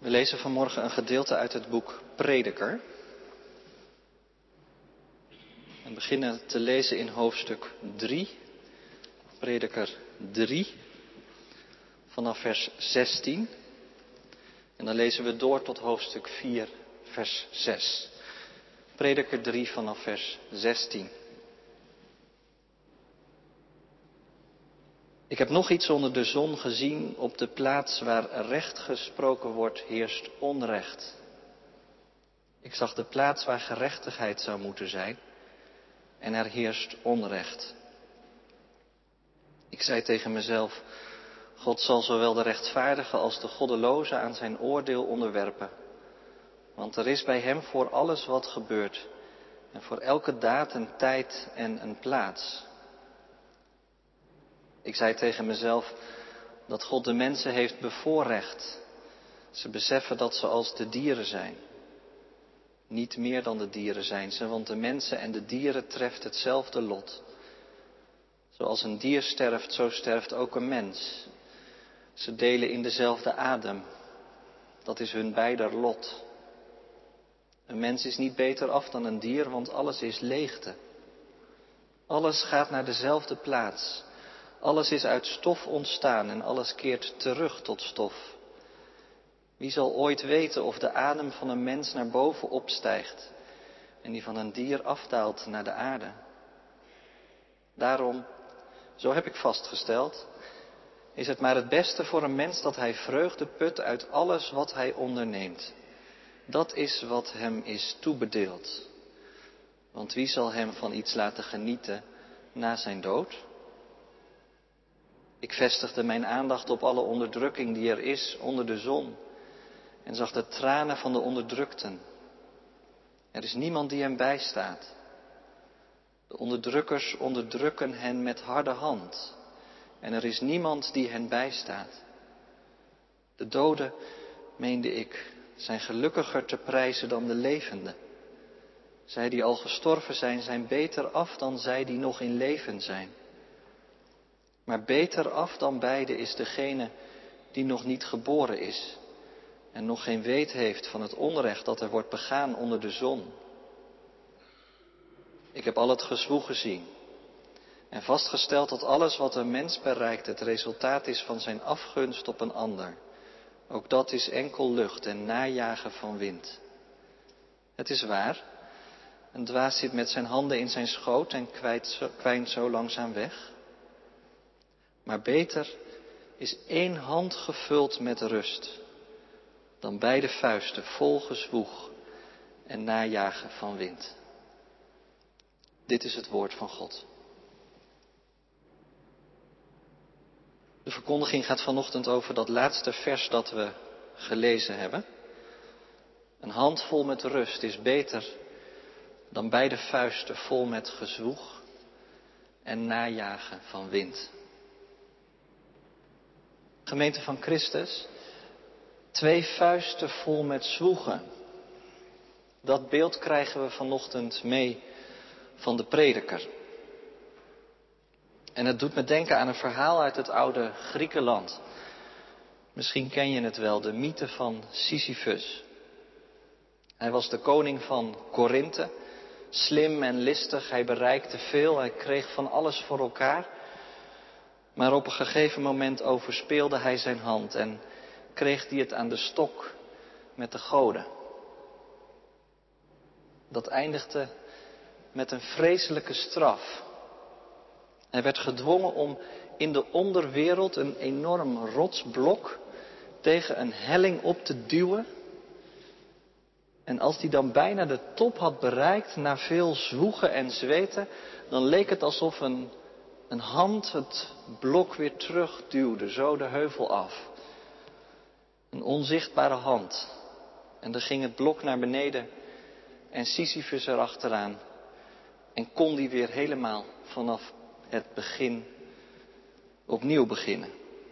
We lezen vanmorgen een gedeelte uit het boek Prediker. En beginnen te lezen in hoofdstuk 3, Prediker 3, vanaf vers 16. En dan lezen we door tot hoofdstuk 4, vers 6. Prediker 3 vanaf vers 16. Ik heb nog iets onder de zon gezien. Op de plaats waar recht gesproken wordt, heerst onrecht. Ik zag de plaats waar gerechtigheid zou moeten zijn. En er heerst onrecht. Ik zei tegen mezelf, God zal zowel de rechtvaardige als de goddeloze aan zijn oordeel onderwerpen. Want er is bij hem voor alles wat gebeurt. En voor elke daad een tijd en een plaats. Ik zei tegen mezelf dat God de mensen heeft bevoorrecht. Ze beseffen dat ze als de dieren zijn. Niet meer dan de dieren zijn ze, want de mensen en de dieren treft hetzelfde lot. Zoals een dier sterft, zo sterft ook een mens. Ze delen in dezelfde adem. Dat is hun beider lot. Een mens is niet beter af dan een dier, want alles is leegte. Alles gaat naar dezelfde plaats. Alles is uit stof ontstaan en alles keert terug tot stof. Wie zal ooit weten of de adem van een mens naar boven opstijgt en die van een dier afdaalt naar de aarde? Daarom, zo heb ik vastgesteld, is het maar het beste voor een mens dat hij vreugde put uit alles wat hij onderneemt. Dat is wat hem is toebedeeld. Want wie zal hem van iets laten genieten na zijn dood? Ik vestigde mijn aandacht op alle onderdrukking die er is onder de zon en zag de tranen van de onderdrukten. Er is niemand die hem bijstaat. De onderdrukkers onderdrukken hen met harde hand en er is niemand die hen bijstaat. De doden, meende ik, zijn gelukkiger te prijzen dan de levenden. Zij die al gestorven zijn, zijn beter af dan zij die nog in leven zijn. Maar beter af dan beide is degene die nog niet geboren is en nog geen weet heeft van het onrecht dat er wordt begaan onder de zon. Ik heb al het gezwoeg gezien en vastgesteld dat alles wat een mens bereikt het resultaat is van zijn afgunst op een ander. Ook dat is enkel lucht en najagen van wind. Het is waar, een dwaas zit met zijn handen in zijn schoot en kwijnt zo langzaam weg. Maar beter is 1 hand gevuld met rust dan beide vuisten vol gezwoeg en najagen van wind. Dit is het woord van God. De verkondiging gaat vanochtend over dat laatste vers dat we gelezen hebben. Een hand vol met rust is beter dan beide vuisten vol met gezwoeg en najagen van wind. Gemeente van Christus, 2 vuisten vol met zwoegen. Dat beeld krijgen we vanochtend mee van de prediker. En het doet me denken aan een verhaal uit het oude Griekenland. Misschien ken je het wel, de mythe van Sisyphus. Hij was de koning van Korinthe, slim en listig, hij bereikte veel, hij kreeg van alles voor elkaar. Maar op een gegeven moment overspeelde hij zijn hand en kreeg hij het aan de stok met de goden. Dat eindigde met een vreselijke straf. Hij werd gedwongen om in de onderwereld een enorm rotsblok tegen een helling op te duwen. En als hij dan bijna de top had bereikt, na veel zwoegen en zweten, dan leek het alsof een hand het blok weer terugduwde, zo de heuvel af. Een onzichtbare hand. En dan ging het blok naar beneden en Sisyphus erachteraan. En kon die weer helemaal vanaf het begin opnieuw beginnen.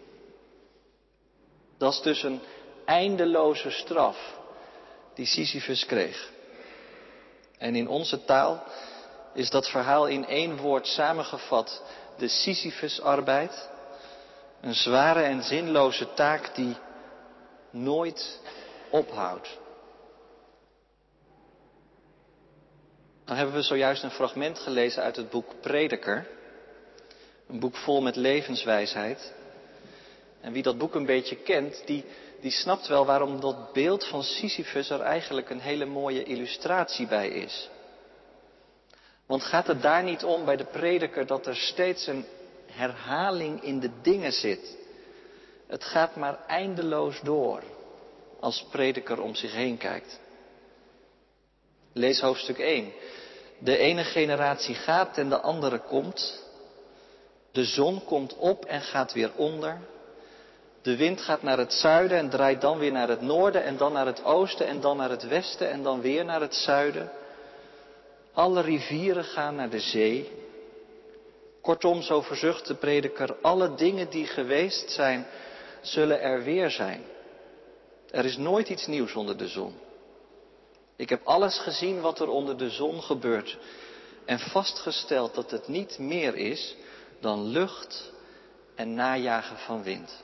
Dat is dus een eindeloze straf die Sisyphus kreeg. En in onze taal is dat verhaal in 1 woord samengevat: de Sisyphus-arbeid. Een zware en zinloze taak die nooit ophoudt. Dan hebben we zojuist een fragment gelezen uit het boek Prediker. Een boek vol met levenswijsheid. En wie dat boek een beetje kent, die snapt wel waarom dat beeld van Sisyphus er eigenlijk een hele mooie illustratie bij is. Want gaat het daar niet om bij de Prediker dat er steeds een herhaling in de dingen zit? Het gaat maar eindeloos door als Prediker om zich heen kijkt. Lees hoofdstuk 1. De ene generatie gaat en de andere komt. De zon komt op en gaat weer onder. De wind gaat naar het zuiden en draait dan weer naar het noorden en dan naar het oosten en dan naar het westen en dan weer naar het zuiden. Alle rivieren gaan naar de zee. Kortom, zo verzucht de Prediker, alle dingen die geweest zijn, zullen er weer zijn. Er is nooit iets nieuws onder de zon. Ik heb alles gezien wat er onder de zon gebeurt en vastgesteld dat het niet meer is dan lucht en najagen van wind.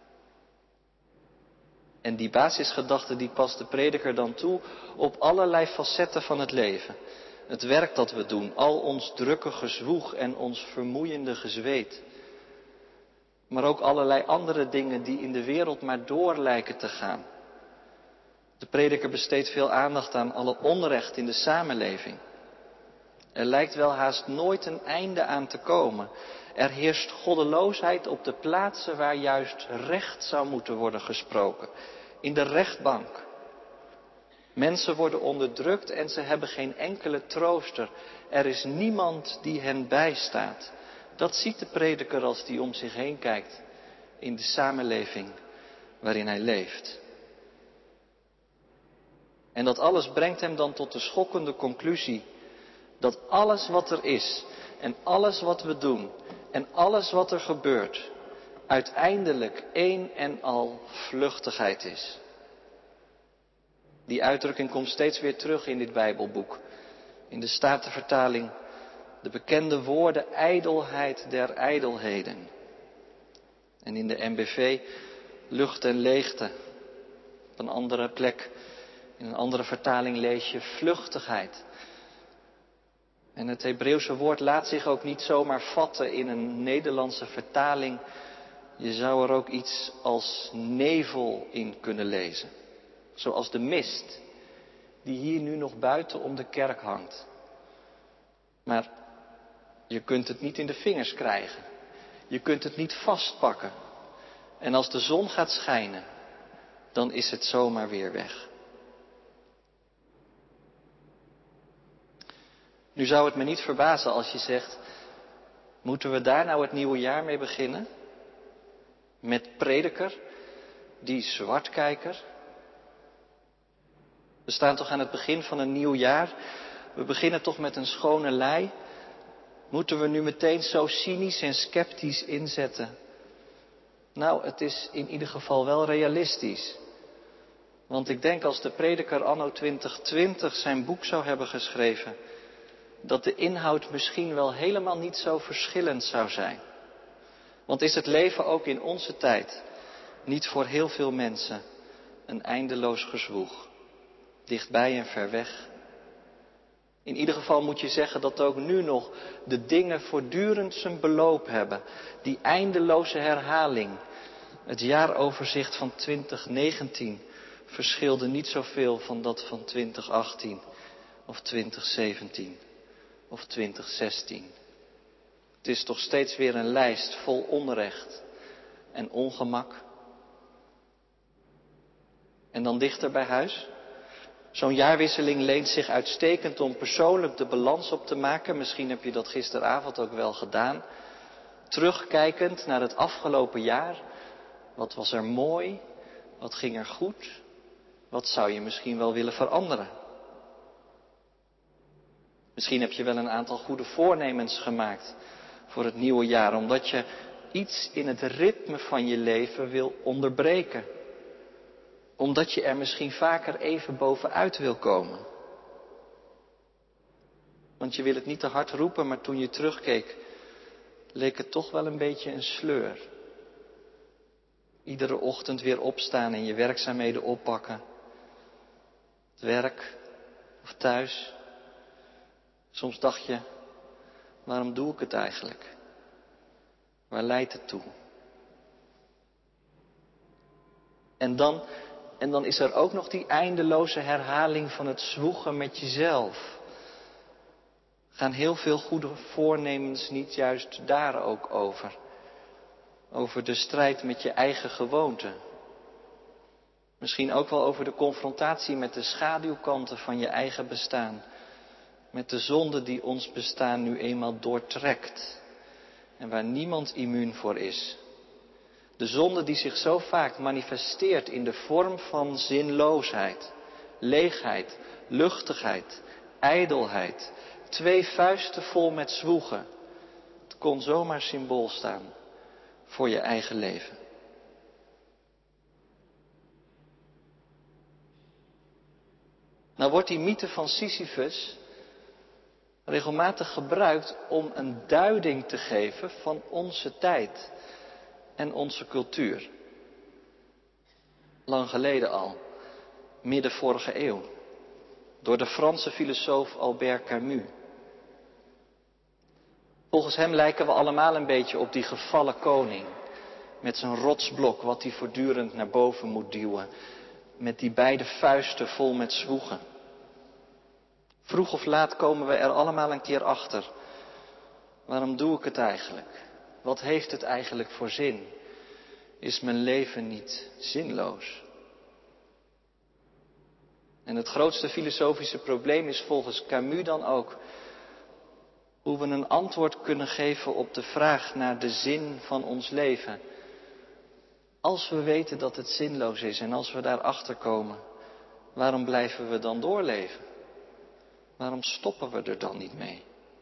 En die basisgedachte die past de Prediker dan toe op allerlei facetten van het leven. Het werk dat we doen, al ons drukke gezwoeg en ons vermoeiende gezweet. Maar ook allerlei andere dingen die in de wereld maar door lijken te gaan. De Prediker besteedt veel aandacht aan alle onrecht in de samenleving. Er lijkt wel haast nooit een einde aan te komen. Er heerst goddeloosheid op de plaatsen waar juist recht zou moeten worden gesproken. In de rechtbank. Mensen worden onderdrukt en ze hebben geen enkele trooster. Er is niemand die hen bijstaat. Dat ziet de Prediker als hij om zich heen kijkt in de samenleving waarin hij leeft. En dat alles brengt hem dan tot de schokkende conclusie dat alles wat er is en alles wat we doen en alles wat er gebeurt uiteindelijk één en al vluchtigheid is. Die uitdrukking komt steeds weer terug in dit Bijbelboek. In de Statenvertaling de bekende woorden ijdelheid der ijdelheden. En in de NBV lucht en leegte. Op een andere plek, in een andere vertaling lees je vluchtigheid. En het Hebreeuwse woord laat zich ook niet zomaar vatten in een Nederlandse vertaling. Je zou er ook iets als nevel in kunnen lezen. Zoals de mist die hier nu nog buiten om de kerk hangt. Maar je kunt het niet in de vingers krijgen. Je kunt het niet vastpakken. En als de zon gaat schijnen, dan is het zomaar weer weg. Nu zou het me niet verbazen als je zegt, moeten we daar nou het nieuwe jaar mee beginnen? Met Prediker, die zwartkijker? We staan toch aan het begin van een nieuw jaar. We beginnen toch met een schone lei. Moeten we nu meteen zo cynisch en sceptisch inzetten? Nou, het is in ieder geval wel realistisch. Want ik denk als de Prediker anno 2020 zijn boek zou hebben geschreven, dat de inhoud misschien wel helemaal niet zo verschillend zou zijn. Want is het leven ook in onze tijd niet voor heel veel mensen een eindeloos gezwoeg? Dichtbij en ver weg. In ieder geval moet je zeggen dat ook nu nog de dingen voortdurend zijn beloop hebben. Die eindeloze herhaling. Het jaaroverzicht van 2019 verschilde niet zoveel van dat van 2018 of 2017 of 2016. Het is toch steeds weer een lijst vol onrecht en ongemak. En dan dichter bij huis. Zo'n jaarwisseling leent zich uitstekend om persoonlijk de balans op te maken. Misschien heb je dat gisteravond ook wel gedaan. Terugkijkend naar het afgelopen jaar. Wat was er mooi? Wat ging er goed? Wat zou je misschien wel willen veranderen? Misschien heb je wel een aantal goede voornemens gemaakt voor het nieuwe jaar. Omdat je iets in het ritme van je leven wil onderbreken. Omdat je er misschien vaker even bovenuit wil komen. Want je wil het niet te hard roepen, maar toen je terugkeek, leek het toch wel een beetje een sleur. Iedere ochtend weer opstaan en je werkzaamheden oppakken. het werk of thuis. Soms dacht je, waarom doe ik het eigenlijk? Waar leidt het toe? En dan is er ook nog die eindeloze herhaling van het zwoegen met jezelf. Gaan heel veel goede voornemens niet juist daar ook over? Over de strijd met je eigen gewoonten. Misschien ook wel over de confrontatie met de schaduwkanten van je eigen bestaan. Met de zonde die ons bestaan nu eenmaal doortrekt. En waar niemand immuun voor is. De zonde die zich zo vaak manifesteert in de vorm van zinloosheid, leegheid, luchtigheid, ijdelheid. 2 vuisten vol met zwoegen. Het kon zomaar symbool staan voor je eigen leven. Nou wordt die mythe van Sisyphus regelmatig gebruikt om een duiding te geven van onze tijd en onze cultuur. Lang geleden al, midden vorige eeuw, door de Franse filosoof Albert Camus. Volgens hem lijken we allemaal een beetje op die gevallen koning, met zijn rotsblok wat hij voortdurend naar boven moet duwen, met die beide vuisten vol met zwoegen. Vroeg of laat komen we er allemaal een keer achter. Waarom doe ik het eigenlijk? Wat heeft het eigenlijk voor zin? Is mijn leven niet zinloos? En het grootste filosofische probleem is volgens Camus dan ook hoe we een antwoord kunnen geven op de vraag naar de zin van ons leven. Als we weten dat het zinloos is en als we daarachter komen, waarom blijven we dan doorleven? Waarom stoppen we er dan niet mee?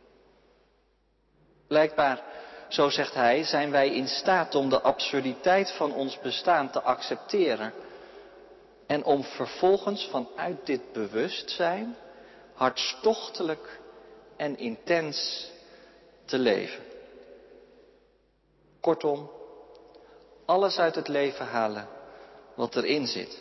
Blijkbaar, zo zegt hij, zijn wij in staat om de absurditeit van ons bestaan te accepteren. En om vervolgens vanuit dit bewustzijn hartstochtelijk en intens te leven. Kortom, alles uit het leven halen wat erin zit.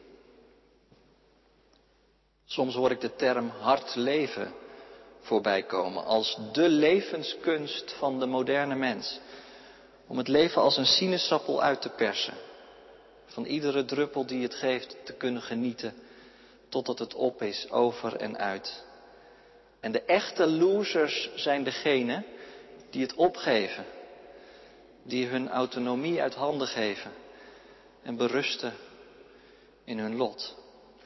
Soms hoor ik de term hard leven voorbij komen als de levenskunst van de moderne mens. Om het leven als een sinaasappel uit te persen. Van iedere druppel die het geeft te kunnen genieten totdat het op is, over en uit. En de echte losers zijn degenen die het opgeven. Die hun autonomie uit handen geven en berusten in hun lot.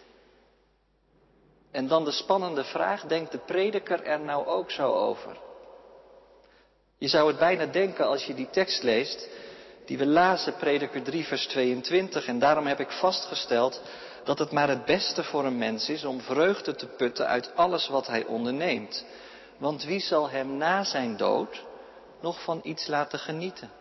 En dan de spannende vraag, denkt de prediker er nou ook zo over? Je zou het bijna denken als je die tekst leest, die we lazen, Prediker 3 vers 22. En daarom heb ik vastgesteld dat het maar het beste voor een mens is om vreugde te putten uit alles wat hij onderneemt. Want wie zal hem na zijn dood nog van iets laten genieten?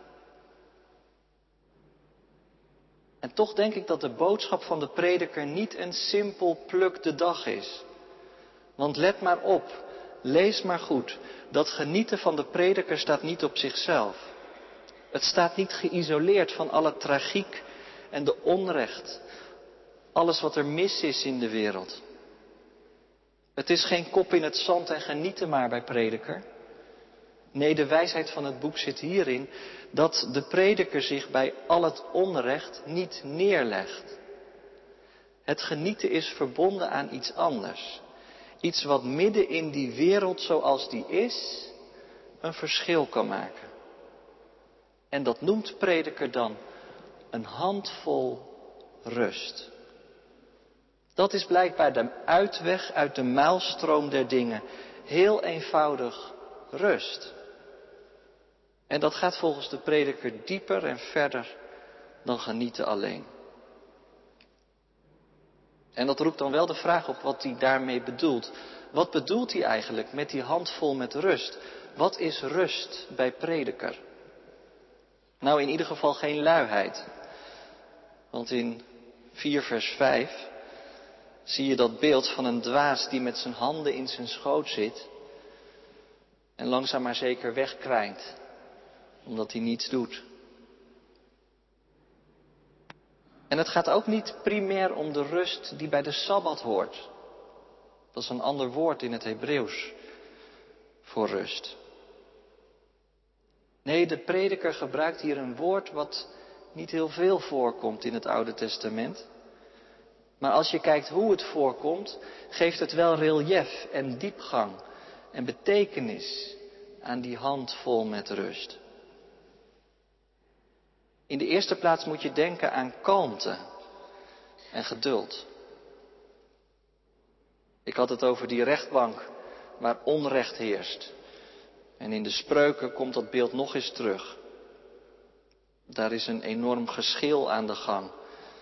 En toch denk ik dat de boodschap van de prediker niet een simpel pluk de dag is. Want let maar op, lees maar goed, dat genieten van de prediker staat niet op zichzelf. Het staat niet geïsoleerd van alle tragiek en de onrecht, alles wat er mis is in de wereld. Het is geen kop in het zand en genieten maar bij prediker. Nee, de wijsheid van het boek zit hierin dat de prediker zich bij al het onrecht niet neerlegt. Het genieten is verbonden aan iets anders. Iets wat midden in die wereld zoals die is, een verschil kan maken. En dat noemt prediker dan een handvol rust. Dat is blijkbaar de uitweg uit de maalstroom der dingen. Heel eenvoudig rust. En dat gaat volgens de prediker dieper en verder dan genieten alleen. En dat roept dan wel de vraag op wat hij daarmee bedoelt. Wat bedoelt hij eigenlijk met die handvol met rust? Wat is rust bij prediker? Nou, in ieder geval geen luiheid. Want in 4 vers 5 zie je dat beeld van een dwaas die met zijn handen in zijn schoot zit en langzaam maar zeker wegkwijnt, omdat hij niets doet. En het gaat ook niet primair om de rust die bij de Sabbat hoort. Dat is een ander woord in het Hebreeuws voor rust. Nee, de prediker gebruikt hier een woord wat niet heel veel voorkomt in het Oude Testament. Maar als je kijkt hoe het voorkomt, geeft het wel relief en diepgang en betekenis aan die handvol met rust. In de eerste plaats moet je denken aan kalmte en geduld. Ik had het over die rechtbank waar onrecht heerst. En in de Spreuken komt dat beeld nog eens terug. Daar is een enorm geschil aan de gang.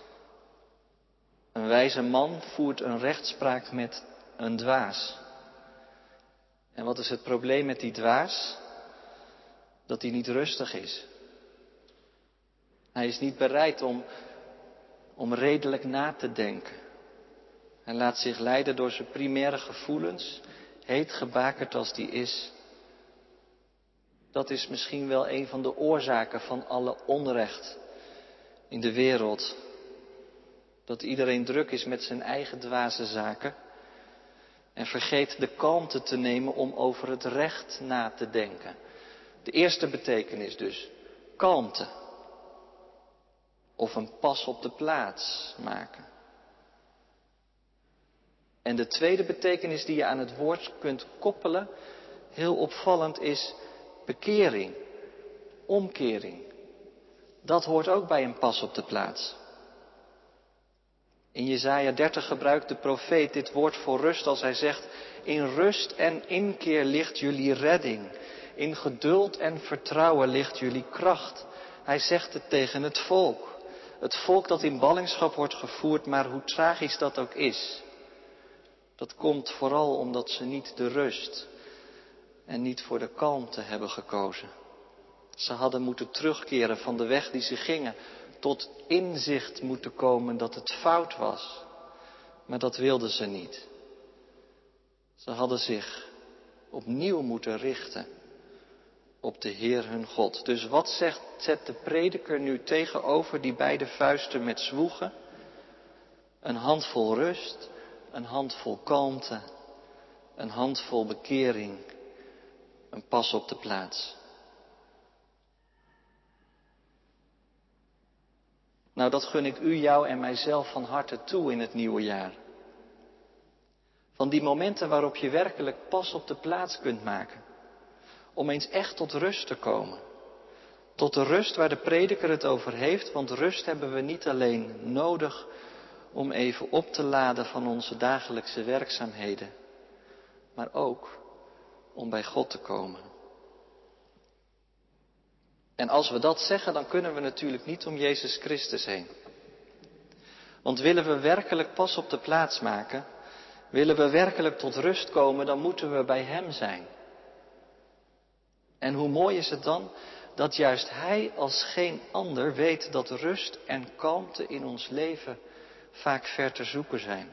Een wijze man voert een rechtspraak met een dwaas. En wat is het probleem met die dwaas? Dat hij niet rustig is. Hij is niet bereid om redelijk na te denken. Hij laat zich leiden door zijn primaire gevoelens, heet gebakerd als die is. Dat is misschien wel een van de oorzaken van alle onrecht in de wereld. Dat iedereen druk is met zijn eigen dwaze zaken en vergeet de kalmte te nemen om over het recht na te denken. De eerste betekenis dus, kalmte. Of een pas op de plaats maken. En de tweede betekenis die je aan het woord kunt koppelen, heel opvallend, is bekering, omkering. Dat hoort ook bij een pas op de plaats. In Jesaja 30 gebruikt de profeet dit woord voor rust als hij zegt: in rust en inkeer ligt jullie redding. In geduld en vertrouwen ligt jullie kracht. Hij zegt het tegen het volk. Het volk dat in ballingschap wordt gevoerd, maar hoe tragisch dat ook is. Dat komt vooral omdat ze niet de rust en niet voor de kalmte hebben gekozen. Ze hadden moeten terugkeren van de weg die ze gingen, tot inzicht moeten komen dat het fout was. Maar dat wilden ze niet. Ze hadden zich opnieuw moeten richten op de Heer hun God. Dus wat zet de prediker nu tegenover die beide vuisten met zwoegen? Een handvol rust, een handvol kalmte, een handvol bekering, een pas op de plaats. Nou, dat gun ik u, jou en mijzelf van harte toe in het nieuwe jaar. Van die momenten waarop je werkelijk pas op de plaats kunt maken. Om eens echt tot rust te komen. Tot de rust waar de prediker het over heeft, want rust hebben we niet alleen nodig om even op te laden van onze dagelijkse werkzaamheden, maar ook om bij God te komen. En als we dat zeggen, dan kunnen we natuurlijk niet om Jezus Christus heen. Want willen we werkelijk pas op de plaats maken, willen we werkelijk tot rust komen, dan moeten we bij Hem zijn. En hoe mooi is het dan dat juist Hij als geen ander weet dat rust en kalmte in ons leven vaak ver te zoeken zijn.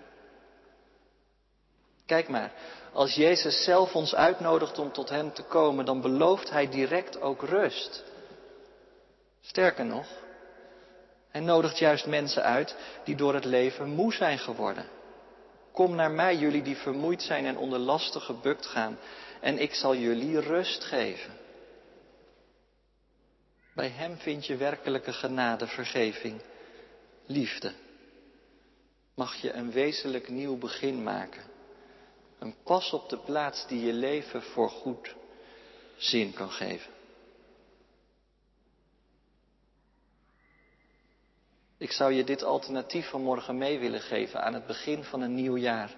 Kijk maar, als Jezus zelf ons uitnodigt om tot Hem te komen, dan belooft Hij direct ook rust. Sterker nog, Hij nodigt juist mensen uit die door het leven moe zijn geworden. Kom naar mij, jullie die vermoeid zijn en onder lasten gebukt gaan, en ik zal jullie rust geven. Bij Hem vind je werkelijke genade, vergeving, liefde. Mag je een wezenlijk nieuw begin maken. Een pas op de plaats die je leven voorgoed zin kan geven. Ik zou je dit alternatief vanmorgen mee willen geven aan het begin van een nieuw jaar.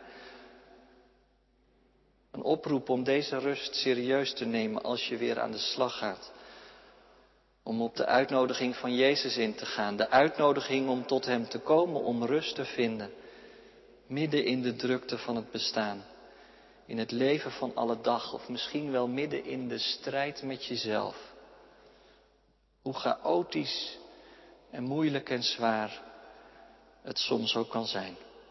Een oproep om deze rust serieus te nemen als je weer aan de slag gaat. Om op de uitnodiging van Jezus in te gaan. De uitnodiging om tot Hem te komen, om rust te vinden. Midden in de drukte van het bestaan. In het leven van alle dag of misschien wel midden in de strijd met jezelf. Hoe chaotisch en moeilijk en zwaar het soms ook kan zijn.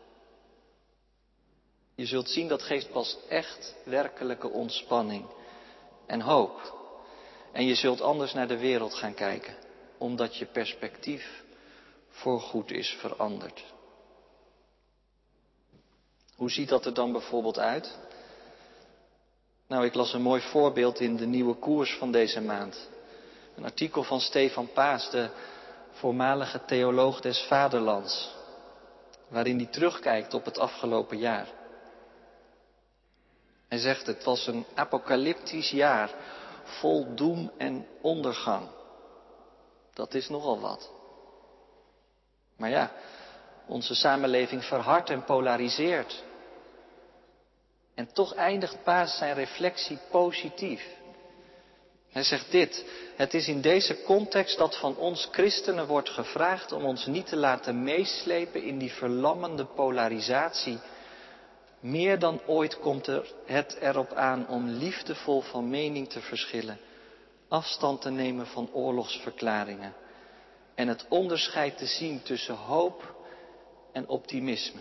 Je zult zien, dat geeft pas echt werkelijke ontspanning en hoop. En je zult anders naar de wereld gaan kijken, omdat je perspectief voorgoed is veranderd. Hoe ziet dat er dan bijvoorbeeld uit? Nou, ik las een mooi voorbeeld in de nieuwe koers van deze maand. Een artikel van Stefan Paas, de voormalige theoloog des vaderlands, waarin hij terugkijkt op het afgelopen jaar. Hij zegt, het was een apocalyptisch jaar, vol doem en ondergang. Dat is nogal wat. Maar ja, onze samenleving verhardt en polariseert. En toch eindigt Paas zijn reflectie positief. Hij zegt dit: het is in deze context dat van ons christenen wordt gevraagd om ons niet te laten meeslepen in die verlammende polarisatie. Meer dan ooit komt het erop aan om liefdevol van mening te verschillen, afstand te nemen van oorlogsverklaringen en het onderscheid te zien tussen hoop en optimisme.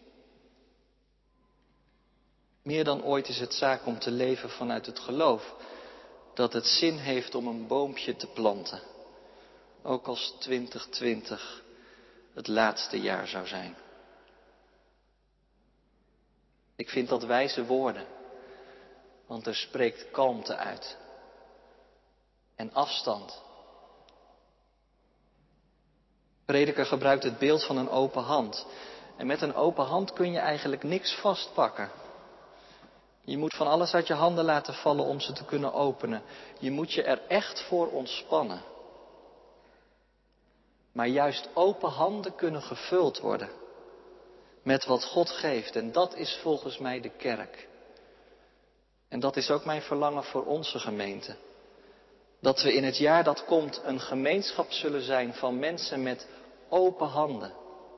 Meer dan ooit is het zaak om te leven vanuit het geloof dat het zin heeft om een boompje te planten, ook als 2020 het laatste jaar zou zijn. Ik vind dat wijze woorden, want er spreekt kalmte uit en afstand. Prediker gebruikt het beeld van een open hand. En met een open hand kun je eigenlijk niks vastpakken. Je moet van alles uit je handen laten vallen om ze te kunnen openen. Je moet je er echt voor ontspannen. Maar juist open handen kunnen gevuld worden met wat God geeft. En dat is volgens mij de kerk. En dat is ook mijn verlangen voor onze gemeente. Dat we in het jaar dat komt een gemeenschap zullen zijn van mensen met open handen.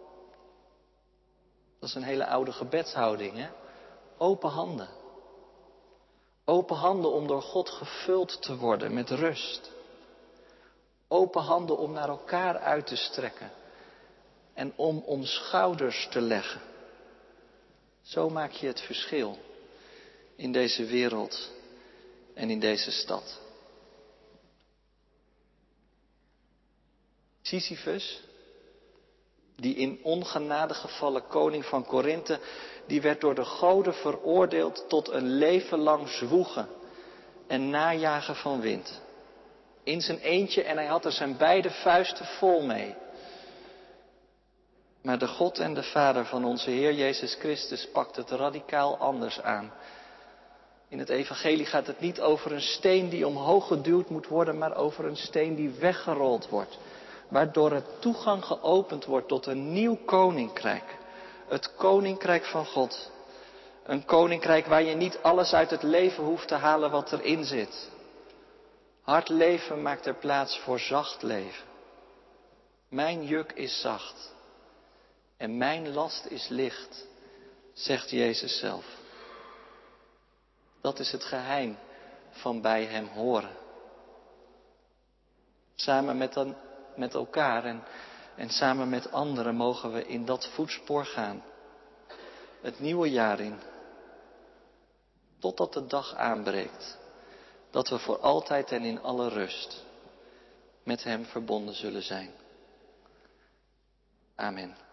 Dat is een hele oude gebedshouding, hè? Open handen. Open handen om door God gevuld te worden met rust. Open handen om naar elkaar uit te strekken. En om schouders te leggen. Zo maak je het verschil in deze wereld en in deze stad. Sisyphus, die in ongenade gevallen koning van Korinthe, die werd door de goden veroordeeld tot een leven lang zwoegen en najagen van wind. In zijn eentje en hij had er zijn beide vuisten vol mee. Maar de God en de Vader van onze Heer Jezus Christus pakt het radicaal anders aan. In het evangelie gaat het niet over een steen die omhoog geduwd moet worden, maar over een steen die weggerold wordt. Waardoor het toegang geopend wordt tot een nieuw koninkrijk. Het koninkrijk van God. Een koninkrijk waar je niet alles uit het leven hoeft te halen wat erin zit. Hard leven maakt er plaats voor zacht leven. Mijn juk is zacht. En mijn last is licht, zegt Jezus zelf. Dat is het geheim van bij hem horen. Samen met elkaar en samen met anderen mogen we in dat voetspoor gaan. Het nieuwe jaar in. Totdat de dag aanbreekt. Dat we voor altijd en in alle rust met hem verbonden zullen zijn. Amen.